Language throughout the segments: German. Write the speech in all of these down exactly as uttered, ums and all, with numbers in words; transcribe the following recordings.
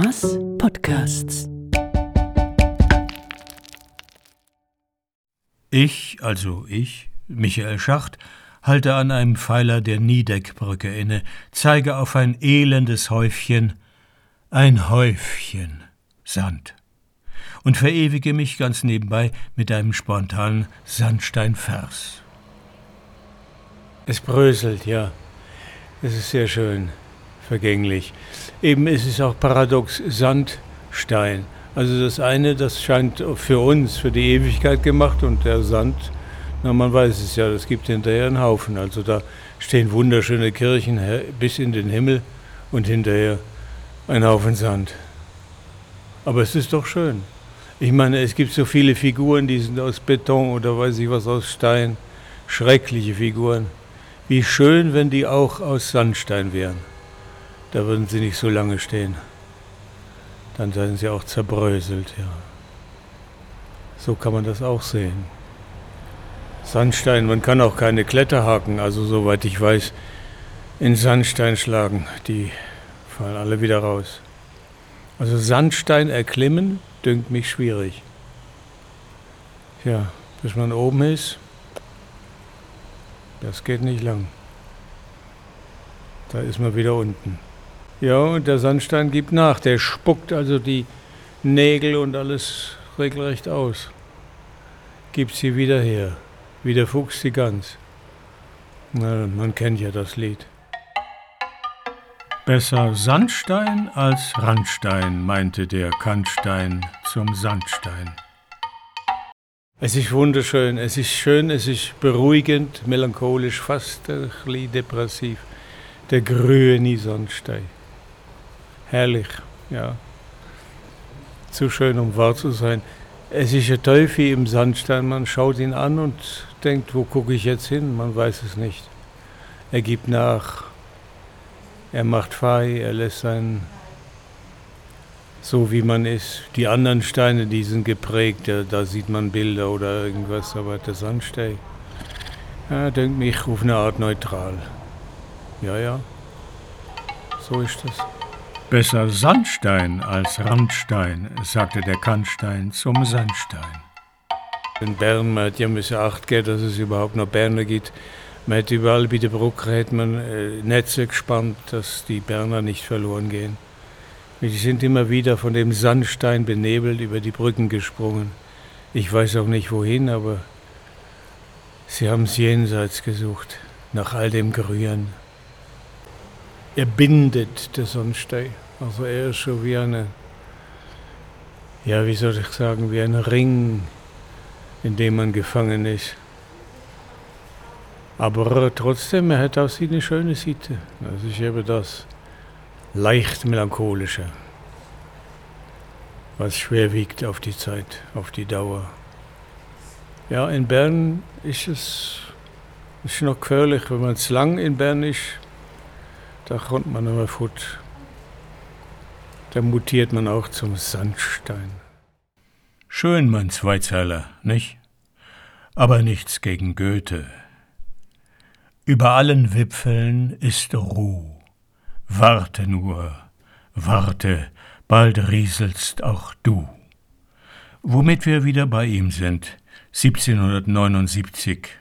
Thomas Podcasts. Ich, also ich, Michael Schacht, halte an einem Pfeiler der Niedeckbrücke inne, zeige auf ein elendes Häufchen, ein Häufchen Sand, und verewige mich ganz nebenbei mit einem spontanen Sandsteinvers. Es bröselt, ja. Es ist sehr schön, vergänglich. Eben ist es auch paradox, Sandstein. Also das eine, das scheint für uns, für die Ewigkeit gemacht, und der Sand, na, man weiß es ja, das gibt hinterher einen Haufen. Also da stehen wunderschöne Kirchen bis in den Himmel und hinterher ein Haufen Sand. Aber es ist doch schön. Ich meine, es gibt so viele Figuren, die sind aus Beton oder weiß ich was, aus Stein. Schreckliche Figuren. Wie schön, wenn die auch aus Sandstein wären. Da würden sie nicht so lange stehen. Dann seien sie auch zerbröselt, ja. So kann man das auch sehen. Sandstein, man kann auch keine Kletterhaken, also soweit ich weiß, in Sandstein schlagen. Die fallen alle wieder raus. Also Sandstein erklimmen, dünkt mich schwierig. Ja, bis man oben ist, das geht nicht lang. Da ist man wieder unten. Ja, und der Sandstein gibt nach. Der spuckt also die Nägel und alles regelrecht aus. Gibt sie wieder her. Wie der Fuchs die Gans. Na, man kennt ja das Lied. Besser Sandstein als Randstein, meinte der Kantstein zum Sandstein. Es ist wunderschön, es ist schön, es ist beruhigend, melancholisch, fast ein bisschen depressiv. Der grüne Sandstein. Herrlich, ja. Zu schön, um wahr zu sein. Es ist ein Teufel im Sandstein, man schaut ihn an und denkt, wo gucke ich jetzt hin? Man weiß es nicht. Er gibt nach, er macht frei, er lässt sein, so wie man ist. Die anderen Steine, die sind geprägt, da, da sieht man Bilder oder irgendwas, aber der Sandstein, ja, denkt mich auf eine Art neutral. Ja, ja, so ist das. Besser Sandstein als Randstein, sagte der Kantstein zum Sandstein. In Bern, man hat ja müssen Acht geben, dass es überhaupt noch Berner gibt. Man hat überall bei der Brücke hat man äh, Netze gespannt, dass die Berner nicht verloren gehen. Die sind immer wieder von dem Sandstein benebelt über die Brücken gesprungen. Ich weiß auch nicht wohin, aber sie haben es jenseits gesucht, nach all dem Grün. Er bindet der Sandstein. Also er ist schon wie eine, ja, wie soll ich sagen, wie ein Ring, in dem man gefangen ist. Aber trotzdem, er hat auch eine schöne Seite. Das ist eben das leicht melancholische, was schwer wiegt auf die Zeit, auf die Dauer. Ja, in Bern ist es ist noch gefährlich, wenn man zu lang in Bern ist. Da kommt man immer fort. Da mutiert man auch zum Sandstein. Schön, mein Zweizeiler, nicht? Aber nichts gegen Goethe. Über allen Wipfeln ist Ruh. Warte nur, warte, bald rieselst auch du. Womit wir wieder bei ihm sind, siebzehnhundertneunundsiebzig.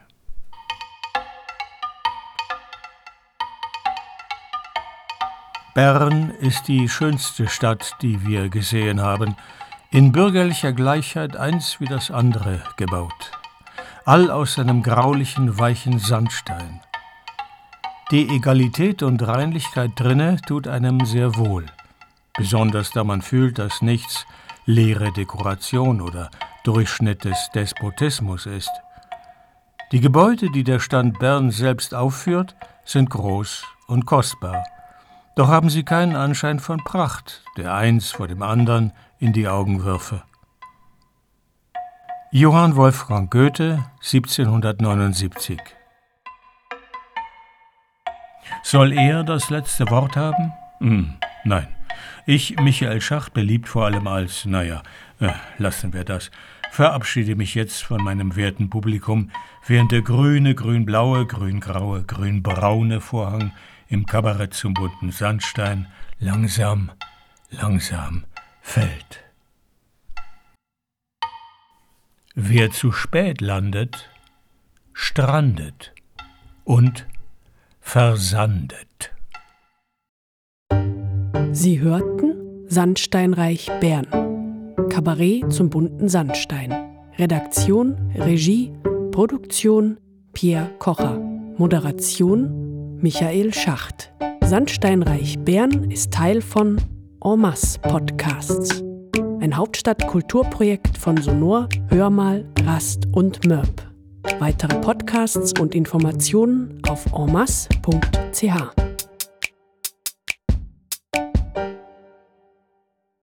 Bern ist die schönste Stadt, die wir gesehen haben, in bürgerlicher Gleichheit eins wie das andere gebaut, all aus einem graulichen, weichen Sandstein. Die Egalität und Reinlichkeit drinne tut einem sehr wohl, besonders da man fühlt, dass nichts leere Dekoration oder Durchschnitt des Despotismus ist. Die Gebäude, die der Stand Bern selbst aufführt, sind groß und kostbar. Doch haben sie keinen Anschein von Pracht, der eins vor dem anderen in die Augen würfe. Johann Wolfgang Goethe, siebzehnhundertneunundsiebzig. Soll er das letzte Wort haben? Hm, nein. Ich, Michael Schacht, beliebt vor allem als, naja, äh, lassen wir das, verabschiede mich jetzt von meinem werten Publikum, während der grüne, grün-blaue, grün-graue, grün-braune Vorhang im Kabarett zum bunten Sandstein langsam langsam fällt. Wer zu spät landet, strandet und versandet. Sie hörten Sandsteinreich Bern. Kabarett zum bunten Sandstein. Redaktion, Regie, Produktion Pierre Kocher. Moderation Michael Schacht. Sandsteinreich Bern ist Teil von En masse Podcasts. Ein Hauptstadt-Kulturprojekt von Sonor, Hörmal, Rast und Mörb. Weitere Podcasts und Informationen auf en masse punkt c h.